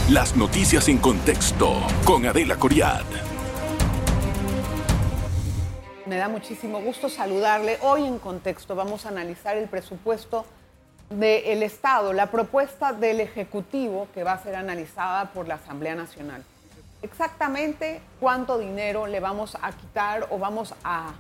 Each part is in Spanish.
Las noticias en contexto con Adela Coriad. Me da muchísimo gusto saludarle. Hoy en Contexto vamos a analizar el presupuesto del Estado, la propuesta del Ejecutivo que va a ser analizada por la Asamblea Nacional. Exactamente cuánto dinero le vamos a quitar o vamos a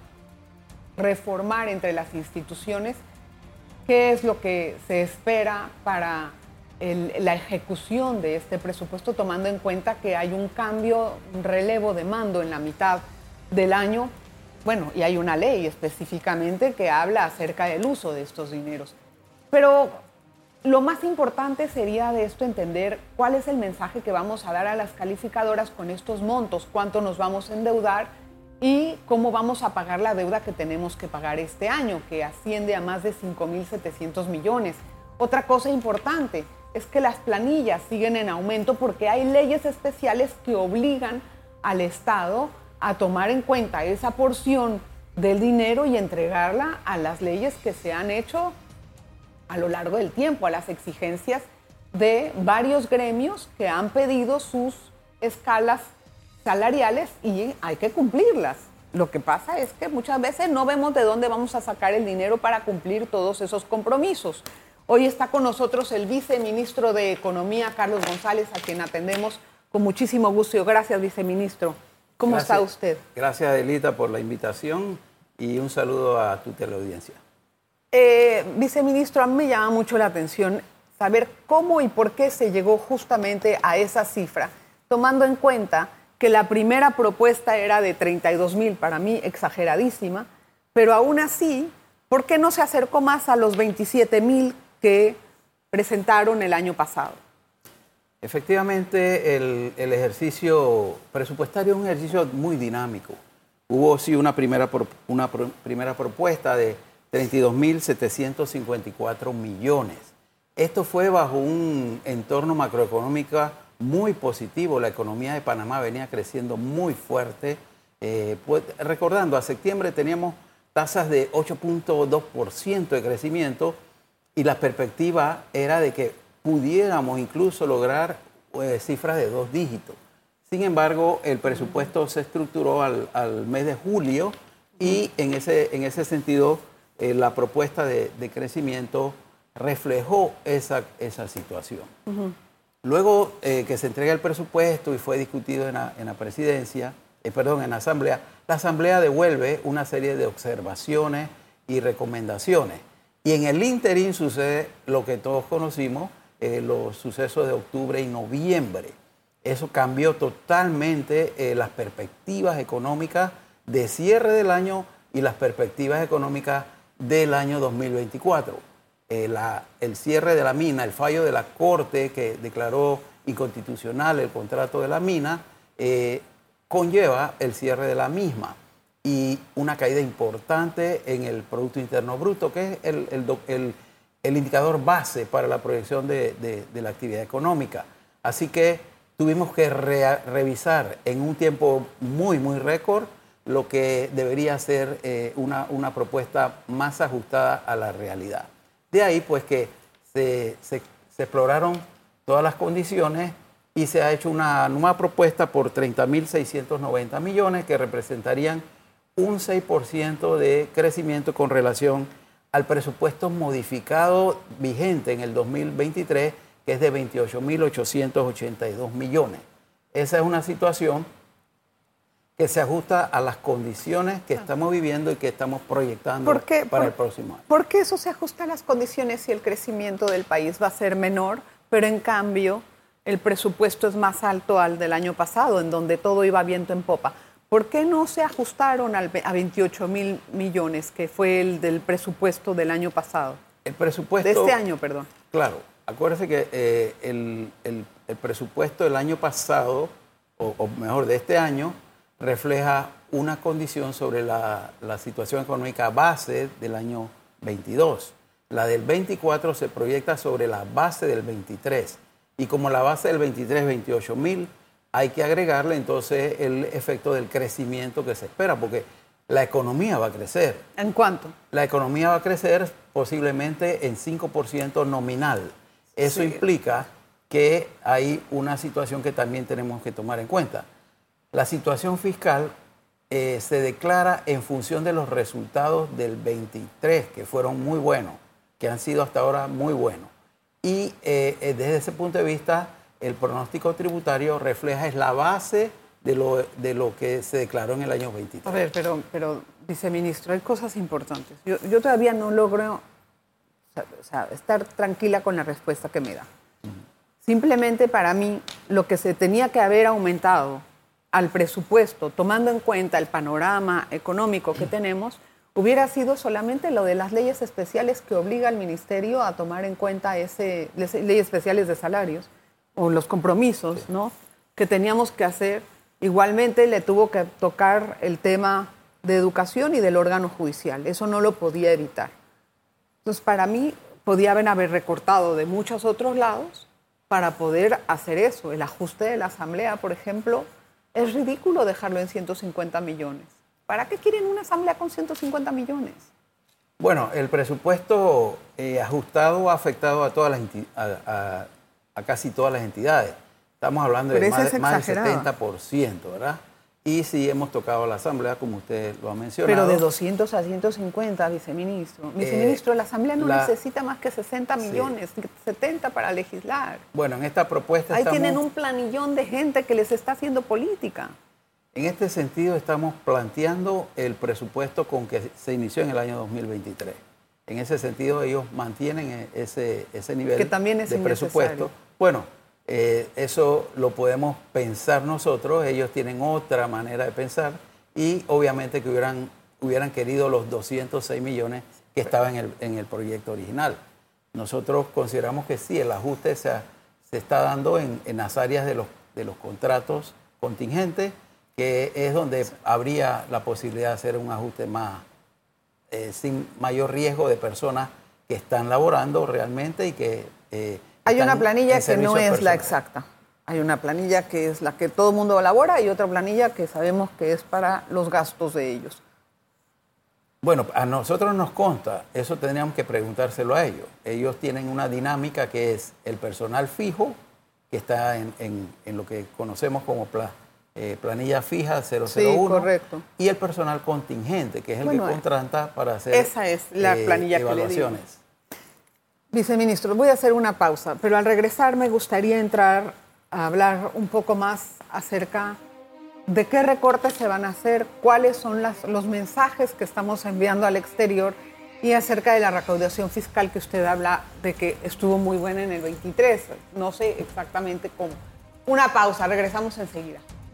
reformar entre las instituciones, qué es lo que se espera para la ejecución de este presupuesto, tomando en cuenta que hay un cambio, un relevo de mando en la mitad del año. Bueno, y hay una ley específicamente que habla acerca del uso de estos dineros. Pero lo más importante sería de esto entender cuál es el mensaje que vamos a dar a las calificadoras con estos montos, cuánto nos vamos a endeudar y cómo vamos a pagar la deuda que tenemos que pagar este año, que asciende a más de 5.700 millones. Otra cosa importante es que las planillas siguen en aumento porque hay leyes especiales que obligan al Estado a tomar en cuenta esa porción del dinero y entregarla a las leyes que se han hecho a lo largo del tiempo, a las exigencias de varios gremios que han pedido sus escalas salariales y hay que cumplirlas. Lo que pasa es que muchas veces no vemos de dónde vamos a sacar el dinero para cumplir todos esos compromisos. Hoy está con nosotros el viceministro de Economía, Carlos González, a quien atendemos con muchísimo gusto. Gracias, viceministro. ¿Cómo está usted? Gracias, Adelita, por la invitación y un saludo a tu teleaudiencia. Viceministro, a mí me llama mucho la atención saber cómo y por qué se llegó justamente a esa cifra, tomando en cuenta que la primera propuesta era de 32,000, para mí exageradísima, pero aún así, ¿por qué no se acercó más a los 27,000 que presentaron el año pasado? Efectivamente, el ejercicio presupuestario es un ejercicio muy dinámico. Hubo sí una primera propuesta de 32.754 millones. Esto fue bajo un entorno macroeconómico muy positivo. La economía de Panamá venía creciendo muy fuerte. Recordando, a septiembre teníamos tasas de 8.2% de crecimiento y la perspectiva era de que pudiéramos incluso lograr cifras de 2 dígitos. Sin embargo, el presupuesto se estructuró al mes de julio y en ese sentido la propuesta de crecimiento reflejó esa situación. Luego que se entrega el presupuesto y fue discutido en la presidencia, en la asamblea devuelve una serie de observaciones y recomendaciones. Y en el ínterin sucede lo que todos conocimos, los sucesos de octubre y noviembre. Eso cambió totalmente las perspectivas económicas de cierre del año y las perspectivas económicas del año 2024. El cierre de la mina, el fallo de la Corte que declaró inconstitucional el contrato de la mina, conlleva el cierre de la misma y una caída importante en el Producto Interno Bruto, que es el indicador base para la proyección de la actividad económica. Así que tuvimos que revisar en un tiempo muy récord lo que debería ser una propuesta más ajustada a la realidad. De ahí pues que se exploraron todas las condiciones y se ha hecho una nueva propuesta por 30.690 millones que representarían un 6% de crecimiento con relación al presupuesto modificado vigente en el 2023, que es de 28.882 millones. Esa es una situación que se ajusta a las condiciones que estamos viviendo y que estamos proyectando para el próximo año. ¿Por qué eso se ajusta a las condiciones si el crecimiento del país va a ser menor, pero en cambio el presupuesto es más alto al del año pasado, en donde todo iba viento en popa? ¿Por qué no se ajustaron a 28,000 millones, que fue el del presupuesto del año pasado? El presupuesto... De este año, perdón. Claro. Acuérdense que el presupuesto del año pasado, o mejor, de este año, refleja una condición sobre la situación económica base del año 22. La del 24 se proyecta sobre la base del 23. Y como la base del 23 es 28,000, hay que agregarle entonces el efecto del crecimiento que se espera, porque la economía va a crecer. ¿En cuánto? La economía va a crecer posiblemente en 5% nominal. Eso implica que hay una situación que también tenemos que tomar en cuenta. La situación fiscal se declara en función de los resultados del 23, que fueron muy buenos, que han sido hasta ahora muy buenos. Y desde ese punto de vista, el pronóstico tributario refleja es la base de lo que se declaró en el año 23. A ver, pero viceministro, hay cosas importantes. Yo todavía no logro estar tranquila con la respuesta que me da. Simplemente para mí, lo que se tenía que haber aumentado al presupuesto, tomando en cuenta el panorama económico que tenemos, hubiera sido solamente lo de las leyes especiales que obliga al ministerio a tomar en cuenta leyes especiales de salarios o los compromisos, ¿no?, que teníamos que hacer. Igualmente le tuvo que tocar el tema de educación y del órgano judicial. Eso no lo podía evitar. Entonces, para mí, podía haber recortado de muchos otros lados para poder hacer eso. El ajuste de la Asamblea, por ejemplo, es ridículo dejarlo en 150 millones. ¿Para qué quieren una Asamblea con 150 millones? Bueno, el presupuesto ajustado ha afectado a todas a casi todas las entidades. Estamos hablando de más del 70%, ¿verdad? Y sí hemos tocado la Asamblea, como usted lo ha mencionado. Pero de 200 a 150, viceministro. Viceministro, la Asamblea no necesita más que 60 millones, 70 para legislar. Bueno, en esta propuesta ahí tienen un planillón de gente que les está haciendo política. En este sentido, estamos planteando el presupuesto con que se inició en el año 2023. En ese sentido, ellos mantienen ese nivel que también es de presupuesto. Bueno, eso lo podemos pensar nosotros, ellos tienen otra manera de pensar y obviamente que hubieran querido los 206 millones que estaban en el proyecto original. Nosotros consideramos que sí, el ajuste se está dando en las áreas de los contratos contingentes, que es donde habría la posibilidad de hacer un ajuste más sin mayor riesgo de personas que están laborando realmente y que hay una planilla que no es la exacta. Hay una planilla que es la que todo el mundo elabora y otra planilla que sabemos que es para los gastos de ellos. Bueno, a nosotros nos consta, eso tendríamos que preguntárselo a ellos. Ellos tienen una dinámica que es el personal fijo, que está en lo que conocemos como planilla fija 001. Sí, correcto. Y el personal contingente, que es el que contrata para hacer esa es la planilla evaluaciones. Que le digo. Viceministro, voy a hacer una pausa, pero al regresar me gustaría entrar a hablar un poco más acerca de qué recortes se van a hacer, cuáles son los mensajes que estamos enviando al exterior y acerca de la recaudación fiscal que usted habla de que estuvo muy buena en el 23. No sé exactamente cómo. Una pausa, regresamos enseguida.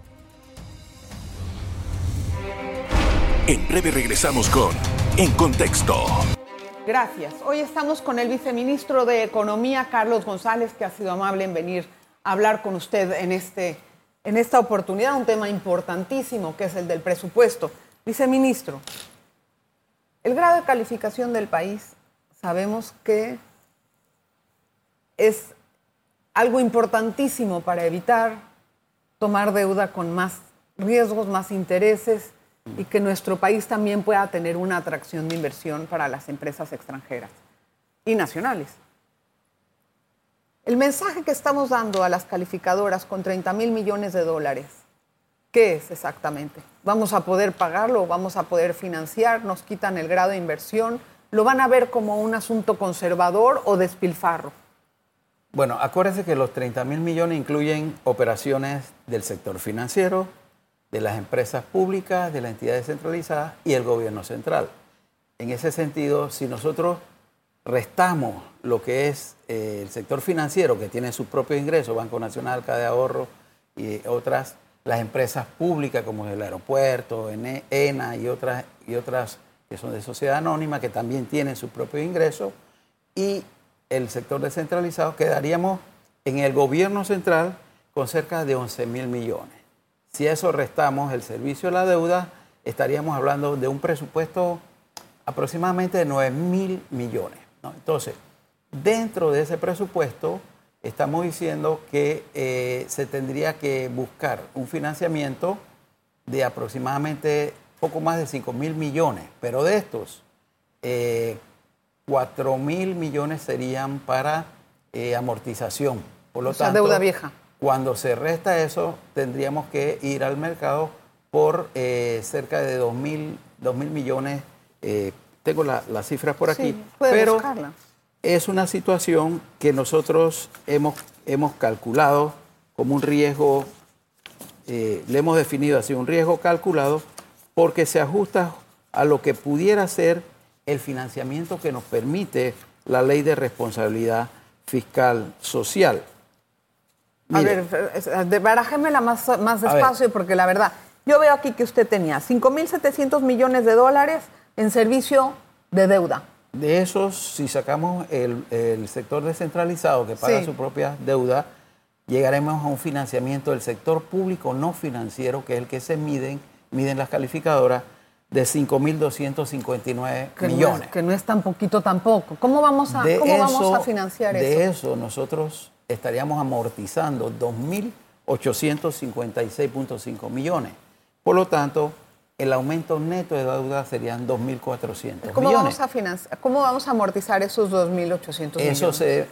En breve regresamos con En Contexto. Gracias. Hoy estamos con el viceministro de Economía, Carlos González, que ha sido amable en venir a hablar con usted en esta oportunidad, un tema importantísimo que es el del presupuesto. Viceministro, el grado de calificación del país sabemos que es algo importantísimo para evitar tomar deuda con más riesgos, más intereses, y que nuestro país también pueda tener una atracción de inversión para las empresas extranjeras y nacionales. El mensaje que estamos dando a las calificadoras con 30,000 millones de dólares, ¿qué es exactamente? ¿Vamos a poder pagarlo? ¿Vamos a poder financiar? ¿Nos quitan el grado de inversión? ¿Lo van a ver como un asunto conservador o despilfarro? Bueno, acuérdense que los 30,000 millones incluyen operaciones del sector financiero, de las empresas públicas, de las entidades centralizadas y el gobierno central. En ese sentido, si nosotros restamos lo que es el sector financiero, que tiene sus propios ingresos, Banco Nacional, Caja de Ahorro y otras, las empresas públicas como el aeropuerto, ENA y otras que son de sociedad anónima, que también tienen sus propios ingresos, y el sector descentralizado, quedaríamos en el gobierno central con cerca de 11,000 millones. Si a eso restamos el servicio de la deuda, estaríamos hablando de un presupuesto aproximadamente de 9,000 millones, ¿no? Entonces, dentro de ese presupuesto, estamos diciendo que se tendría que buscar un financiamiento de aproximadamente poco más de 5,000 millones, pero de estos, 4,000 millones serían para amortización, Por lo O sea, tanto, deuda vieja. cuando se resta eso, tendríamos que ir al mercado por cerca de 2.000 millones. Tengo las cifras por aquí, Sí, puede pero buscarla. es una situación que nosotros hemos calculado como un riesgo, le hemos definido así, un riesgo calculado, porque se ajusta a lo que pudiera ser el financiamiento que nos permite la Ley de Responsabilidad Fiscal Social. Mire, A ver, barájemela más despacio, porque la verdad, yo veo aquí que usted tenía 5.700 millones de dólares en servicio de deuda. de esos, si sacamos el sector descentralizado que paga Sí. su propia deuda, llegaremos a un financiamiento del sector público no financiero, que es el que se miden las calificadoras, de 5.259 millones. Que no es tan poquito tampoco. ¿Cómo vamos a financiar eso? De eso nosotros estaríamos amortizando 2.856.5 millones. Por lo tanto, el aumento neto de deuda serían 2.400 millones. ¿Cómo vamos a amortizar esos 2.800 millones? Eso se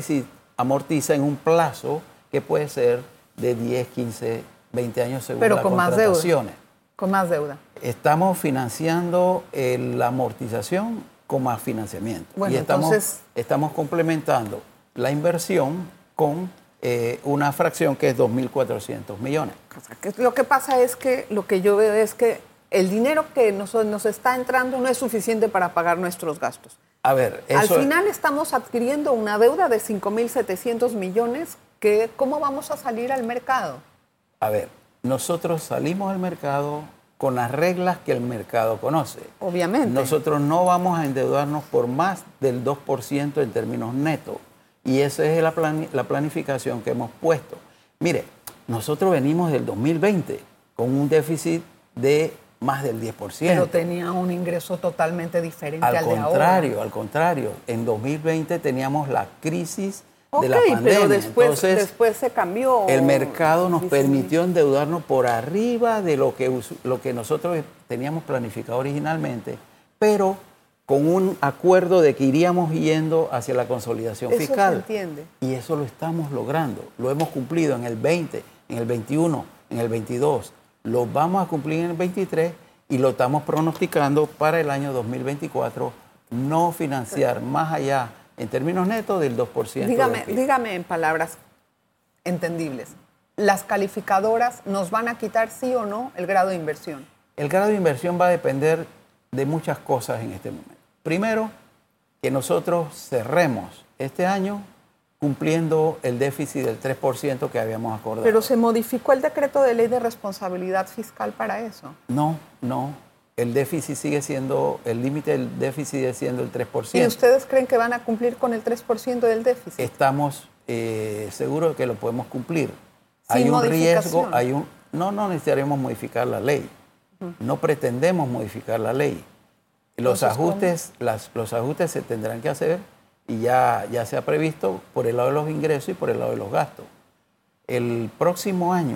amortiza en un plazo que puede ser de 10, 15, 20 años según Pero las con más contrataciones. deuda. Con más deuda. Estamos financiando la amortización con más financiamiento. Bueno, y entonces estamos complementando la inversión con una fracción que es 2.400 millones. O sea, que lo que pasa es que lo que yo veo es que el dinero que nos está entrando no es suficiente para pagar nuestros gastos. A ver, Al final estamos adquiriendo una deuda de 5.700 millones que ¿cómo vamos a salir al mercado? A ver, nosotros salimos al mercado con las reglas que el mercado conoce. Obviamente. Nosotros no vamos a endeudarnos por más del 2% en términos netos. Y esa es la planificación que hemos puesto. Mire, nosotros venimos del 2020 con un déficit de más del 10%. Pero tenía un ingreso totalmente diferente al de ahora. Al contrario. En 2020 teníamos la crisis de la pandemia. Pero después se cambió. El mercado nos permitió endeudarnos por arriba de lo que nosotros teníamos planificado originalmente, pero con un acuerdo de que iríamos yendo hacia la consolidación fiscal. Eso se entiende. Y eso lo estamos logrando. Lo hemos cumplido en el 20, en el 21, en el 22. Lo vamos a cumplir en el 23 y lo estamos pronosticando para el año 2024 no financiar más allá en términos netos del 2%. Dígame en palabras entendibles. ¿Las calificadoras nos van a quitar sí o no el grado de inversión? El grado de inversión va a depender de muchas cosas en este momento. Primero, que nosotros cerremos este año cumpliendo el déficit del 3% que habíamos acordado. Pero se modificó el decreto de ley de responsabilidad fiscal para eso. No. El déficit sigue siendo, el límite del déficit sigue siendo el 3%. ¿Y ustedes creen que van a cumplir con el 3% del déficit? Estamos seguros de que lo podemos cumplir. Sin hay un modificación. riesgo, no necesitaremos modificar la ley. No pretendemos modificar la ley. Los ajustes se tendrán que hacer y ya se ha previsto por el lado de los ingresos y por el lado de los gastos. El próximo año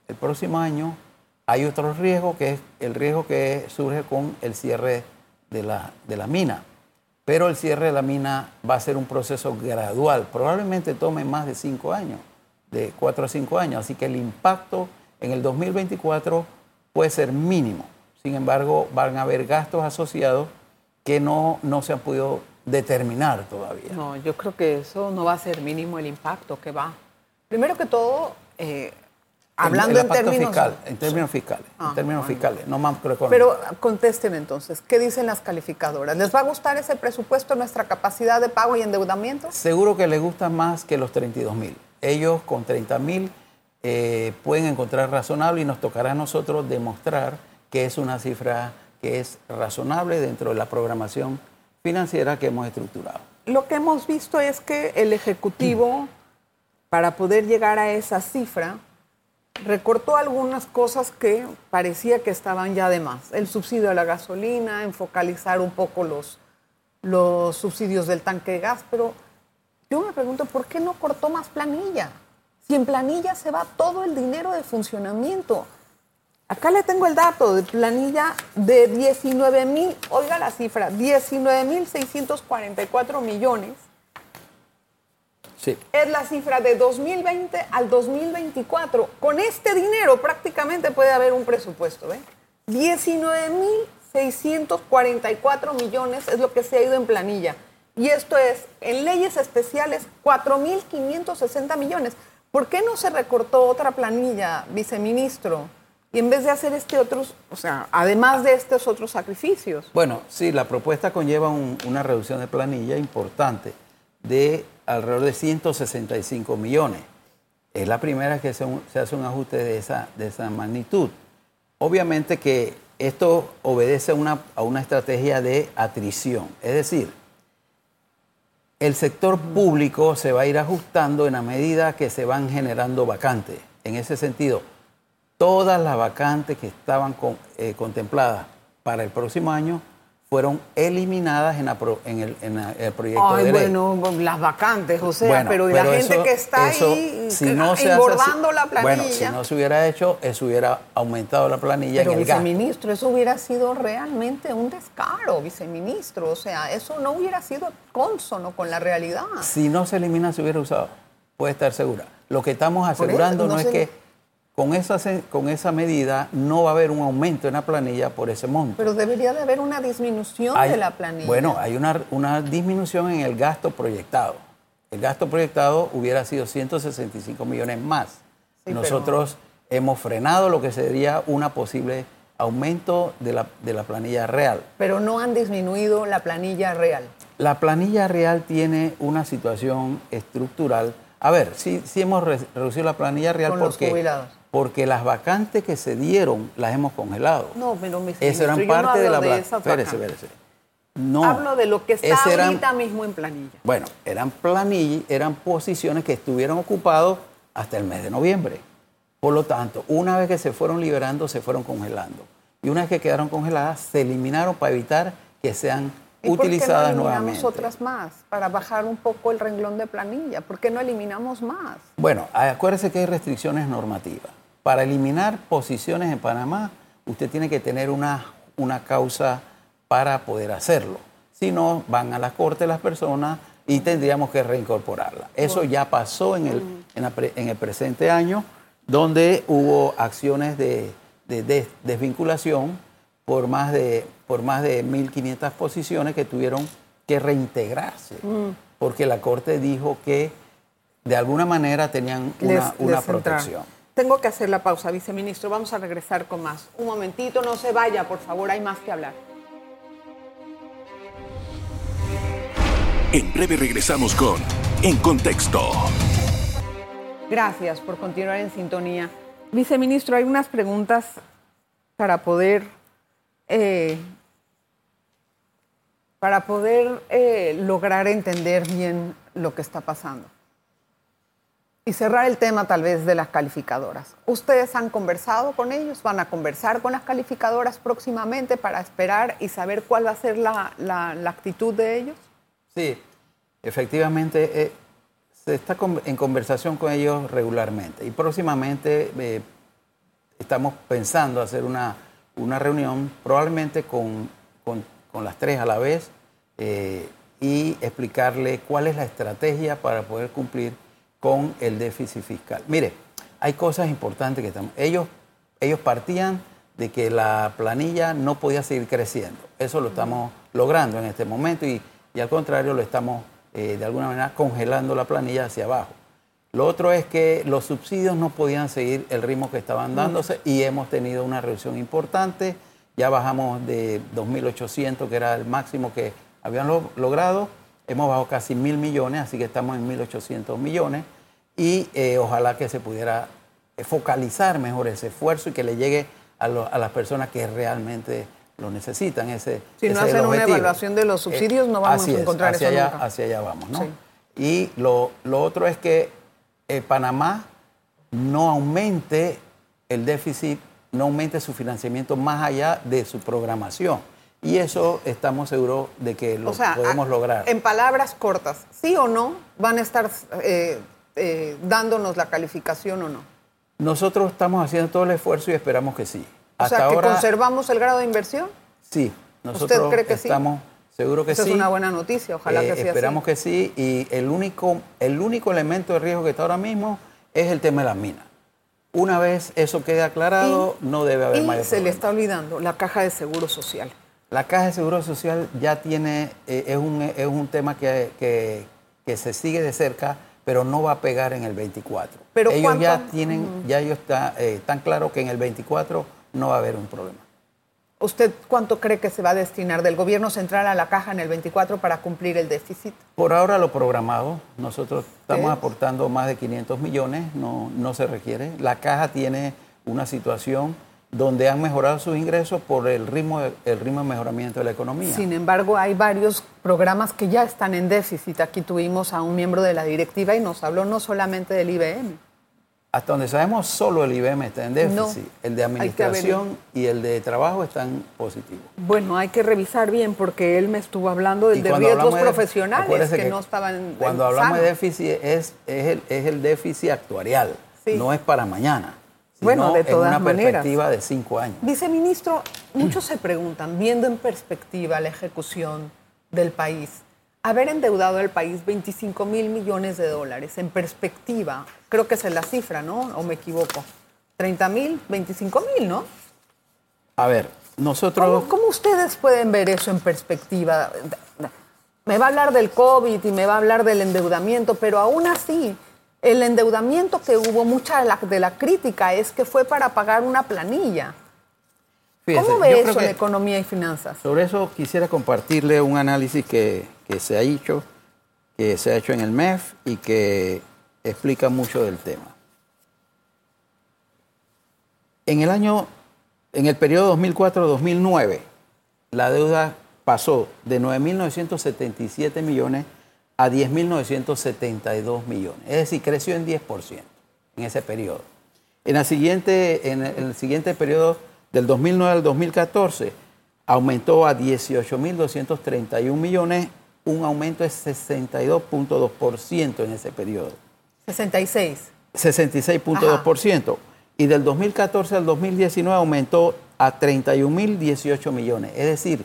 hay otro riesgo, que es el riesgo que surge con el cierre de la mina. Pero el cierre de la mina va a ser un proceso gradual. Probablemente tome más de 5 años, de 4 a 5 años. Así que el impacto en el 2024 puede ser mínimo. Sin embargo, van a haber gastos asociados que no se han podido determinar todavía. No, yo creo que eso no va a ser mínimo el impacto que va. Primero que todo, hablando en términos fiscales, no macroeconómicos. Pero contesten entonces, ¿qué dicen las calificadoras? ¿Les va a gustar ese presupuesto, nuestra capacidad de pago y endeudamiento? Seguro que les gusta más que los 32.000. Ellos con 30.000 pueden encontrar razonable y nos tocará a nosotros demostrar que es una cifra que es razonable dentro de la programación financiera que hemos estructurado. Lo que hemos visto es que el Ejecutivo, para poder llegar a esa cifra, recortó algunas cosas que parecía que estaban ya de más. El subsidio a la gasolina, en focalizar un poco los subsidios del tanque de gas, pero yo me pregunto, ¿por qué no cortó más planilla? Si en planilla se va todo el dinero de funcionamiento. Acá le tengo el dato de planilla de 19.000, oiga la cifra, 19.644 millones Sí. Es la cifra de 2020 al 2024. Con este dinero prácticamente puede haber un presupuesto. 19.644 millones es lo que se ha ido en planilla. Y esto es, en leyes especiales, 4.560 millones. ¿Por qué no se recortó otra planilla, viceministro? Y en vez de hacer además de estos otros sacrificios. Bueno, sí, la propuesta conlleva una reducción de planilla importante de alrededor de 165 millones. Es la primera que se hace un ajuste de esa magnitud. Obviamente que esto obedece a una estrategia de atrición. Es decir, el sector público se va a ir ajustando en la medida que se van generando vacantes. En ese sentido, todas las vacantes que estaban contempladas para el próximo año fueron eliminadas en el proyecto de ley. Bueno, las vacantes, o sea, pero la gente que está ahí engordando la planilla. Bueno, si no se hubiera hecho, eso hubiera aumentado la planilla pero en el gasto. Viceministro, eso hubiera sido realmente un descaro, viceministro. O sea, eso no hubiera sido cónsono con la realidad. Si no se elimina, se hubiera usado. Puede estar segura. Lo que estamos asegurando no es que con esa medida no va a haber un aumento en la planilla por ese monto. Pero debería de haber una disminución de la planilla. Bueno, hay una disminución en el gasto proyectado. El gasto proyectado hubiera sido 165 millones más. Sí, nosotros hemos frenado lo que sería una posible aumento de la planilla real. Pero no han disminuido la planilla real. La planilla real tiene una situación estructural. A ver, sí hemos reducido la planilla real con los jubilados. Porque las vacantes que se dieron las hemos congelado. No, pero eso eran parte de la espérese. No. Hablo de lo que está ahorita mismo en planilla. Bueno, eran posiciones que estuvieron ocupadas hasta el mes de noviembre. Por lo tanto, una vez que se fueron liberando, se fueron congelando. Y una vez que quedaron congeladas, se eliminaron para evitar que sean utilizadas nuevamente. ¿Y por qué no eliminamos otras más para bajar un poco el renglón de planilla? ¿Por qué no eliminamos más? Bueno, acuérdese que hay restricciones normativas. Para eliminar posiciones en Panamá, usted tiene que tener una causa para poder hacerlo. Si no, van a la corte las personas y tendríamos que reincorporarla. Eso ya pasó en el presente año, donde hubo acciones de desvinculación por más de 1.500 posiciones que tuvieron que reintegrarse, porque la Corte dijo que de alguna manera tenían una protección. Tengo que hacer la pausa, viceministro. Vamos a regresar con más. Un momentito, no se vaya, por favor, hay más que hablar. En breve regresamos con En Contexto. Gracias por continuar en sintonía. Viceministro, hay unas preguntas para poder lograr entender bien lo que está pasando. Y cerrar el tema tal vez de las calificadoras. ¿Ustedes han conversado con ellos? ¿Van a conversar con las calificadoras próximamente para esperar y saber cuál va a ser la actitud de ellos? Sí, efectivamente se está en conversación con ellos regularmente. Y próximamente estamos pensando hacer una reunión probablemente con las tres a la vez y explicarle cuál es la estrategia para poder cumplir con el déficit fiscal. Mire, hay cosas importantes que ellos partían de que la planilla no podía seguir creciendo. Eso lo estamos logrando en este momento y al contrario lo estamos de alguna manera congelando la planilla hacia abajo. Lo otro es que los subsidios no podían seguir el ritmo que estaban dándose y hemos tenido una reducción importante. Ya bajamos de 2.800, que era el máximo que habían logrado. Hemos bajado casi 1.000 millones, así que estamos en 1.800 millones. Y ojalá que se pudiera focalizar mejor ese esfuerzo y que le llegue a las personas que realmente lo necesitan. Si no hacen una evaluación de los subsidios, no vamos a encontrar eso nunca. Hacia allá vamos, ¿no? Sí. Y lo otro es que Panamá no aumente el déficit, no aumente su financiamiento más allá de su programación. Y eso estamos seguros de que lo podemos lograr. En palabras cortas, ¿sí o no van a estar dándonos la calificación o no? Nosotros estamos haciendo todo el esfuerzo y esperamos que sí. O sea, ¿que conservamos el grado de inversión? Sí. ¿Usted cree que estamos, Seguro que Esa sí. es una buena noticia, ojalá que sea Esperamos así. que sí. Y el único elemento de riesgo que está ahora mismo es el tema de las minas. Una vez eso quede aclarado, no debe haber mayor se problema. le está olvidando la Caja de Seguro Social. La Caja de Seguro Social ya tiene, es un tema que se sigue de cerca, pero no va a pegar en el 24. Pero ellos ya tienen, ya ellos están claros que en el 24 no va a haber un problema. ¿Usted cuánto cree que se va a destinar del gobierno central a la Caja en el 24 para cumplir el déficit? Por ahora lo programado, nosotros estamos aportando más de 500 millones, no se requiere. La Caja tiene una situación donde han mejorado sus ingresos por el ritmo de mejoramiento de la economía. Sin embargo, hay varios programas que ya están en déficit. Aquí tuvimos a un miembro de la directiva y nos habló no solamente del IBM. Hasta donde sabemos, solo el IBM está en déficit. No, el de administración y el de trabajo están positivos. Bueno, hay que revisar bien porque él me estuvo hablando de riesgos profesionales que no estaban cuando hablamos de déficit es el déficit actuarial, no es para mañana. Bueno, de todas en una maneras. Perspectiva de 5 años. Viceministro, muchos se preguntan, viendo en perspectiva la ejecución del país, haber endeudado al país 25,000 millones de dólares, en perspectiva, creo que esa es la cifra, ¿no? ¿O me equivoco? 30,000, 25,000, ¿no? A ver, nosotros... ¿Cómo ustedes pueden ver eso en perspectiva? Me va a hablar del COVID y me va a hablar del endeudamiento, pero aún así... El endeudamiento que hubo, mucha de la crítica es que fue para pagar una planilla. Fíjese, ¿Cómo ve eso en economía y finanzas? Sobre eso quisiera compartirle un análisis que se ha hecho en el MEF y que explica mucho del tema. En el periodo 2004-2009, la deuda pasó de 9.977 millones a 10.972 millones. Es decir, creció en 10% en ese periodo. En el siguiente periodo, del 2009 al 2014, aumentó a 18.231 millones, un aumento de 62.2% en ese periodo. 66.2%. Y del 2014 al 2019 aumentó a 31.018 millones, es decir,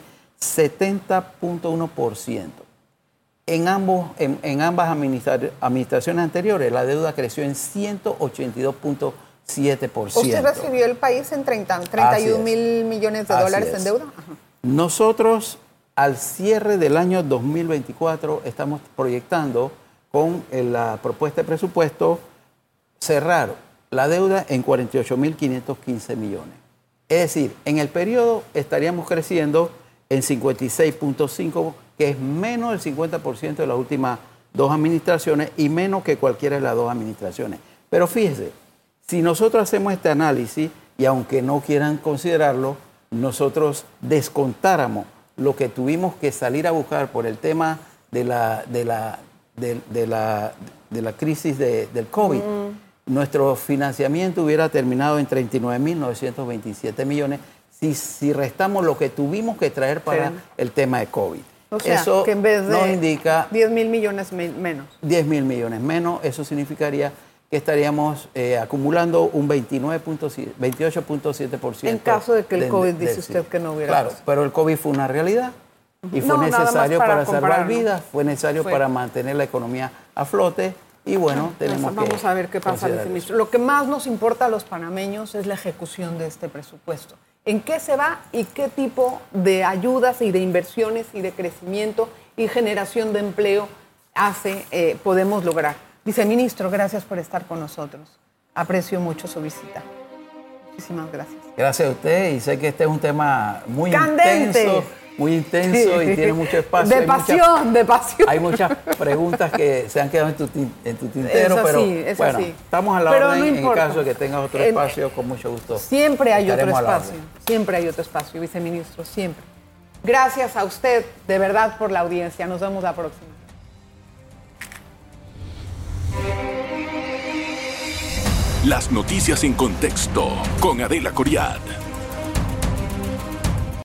70.1%. En ambas administraciones anteriores, la deuda creció en 182.7%. ¿Usted recibió el país en 31,000 millones de dólares en deuda? Ajá. Nosotros, al cierre del año 2024, estamos proyectando con la propuesta de presupuesto cerrar la deuda en 48.515 millones. Es decir, en el periodo estaríamos creciendo en 56.5%, que es menos del 50% de las últimas 2 administraciones y menos que cualquiera de las 2 administraciones. Pero fíjese, si nosotros hacemos este análisis, y aunque no quieran considerarlo, nosotros descontáramos lo que tuvimos que salir a buscar por el tema de la crisis del COVID, nuestro financiamiento hubiera terminado en 39.927 millones si restamos lo que tuvimos que traer para el tema de COVID. O sea, eso que en vez de nos indica 10,000 millones menos. 10,000 millones menos, eso significaría que estaríamos acumulando un 28.7%. En caso de que el COVID, dice usted, que no hubiera pasado. Pero el COVID fue una realidad y fue necesario para salvar vidas, fue necesario para mantener la economía a flote y bueno, vamos a ver qué pasa, viceministro. Lo que más nos importa a los panameños es la ejecución de este presupuesto. ¿En qué se va y qué tipo de ayudas y de inversiones y de crecimiento y generación de empleo podemos lograr? Viceministro, gracias por estar con nosotros. Aprecio mucho su visita. Muchísimas gracias. Gracias a usted y sé que este es un tema muy candente, intenso y tiene mucho espacio. De pasión. Hay muchas preguntas que se han quedado en tu tintero, pero bueno, estamos a la orden en el caso de que tengas otro espacio, con mucho gusto. Siempre hay otro espacio, viceministro, siempre. Gracias a usted, de verdad, por la audiencia. Nos vemos la próxima. Las noticias en contexto con Adela Coriad.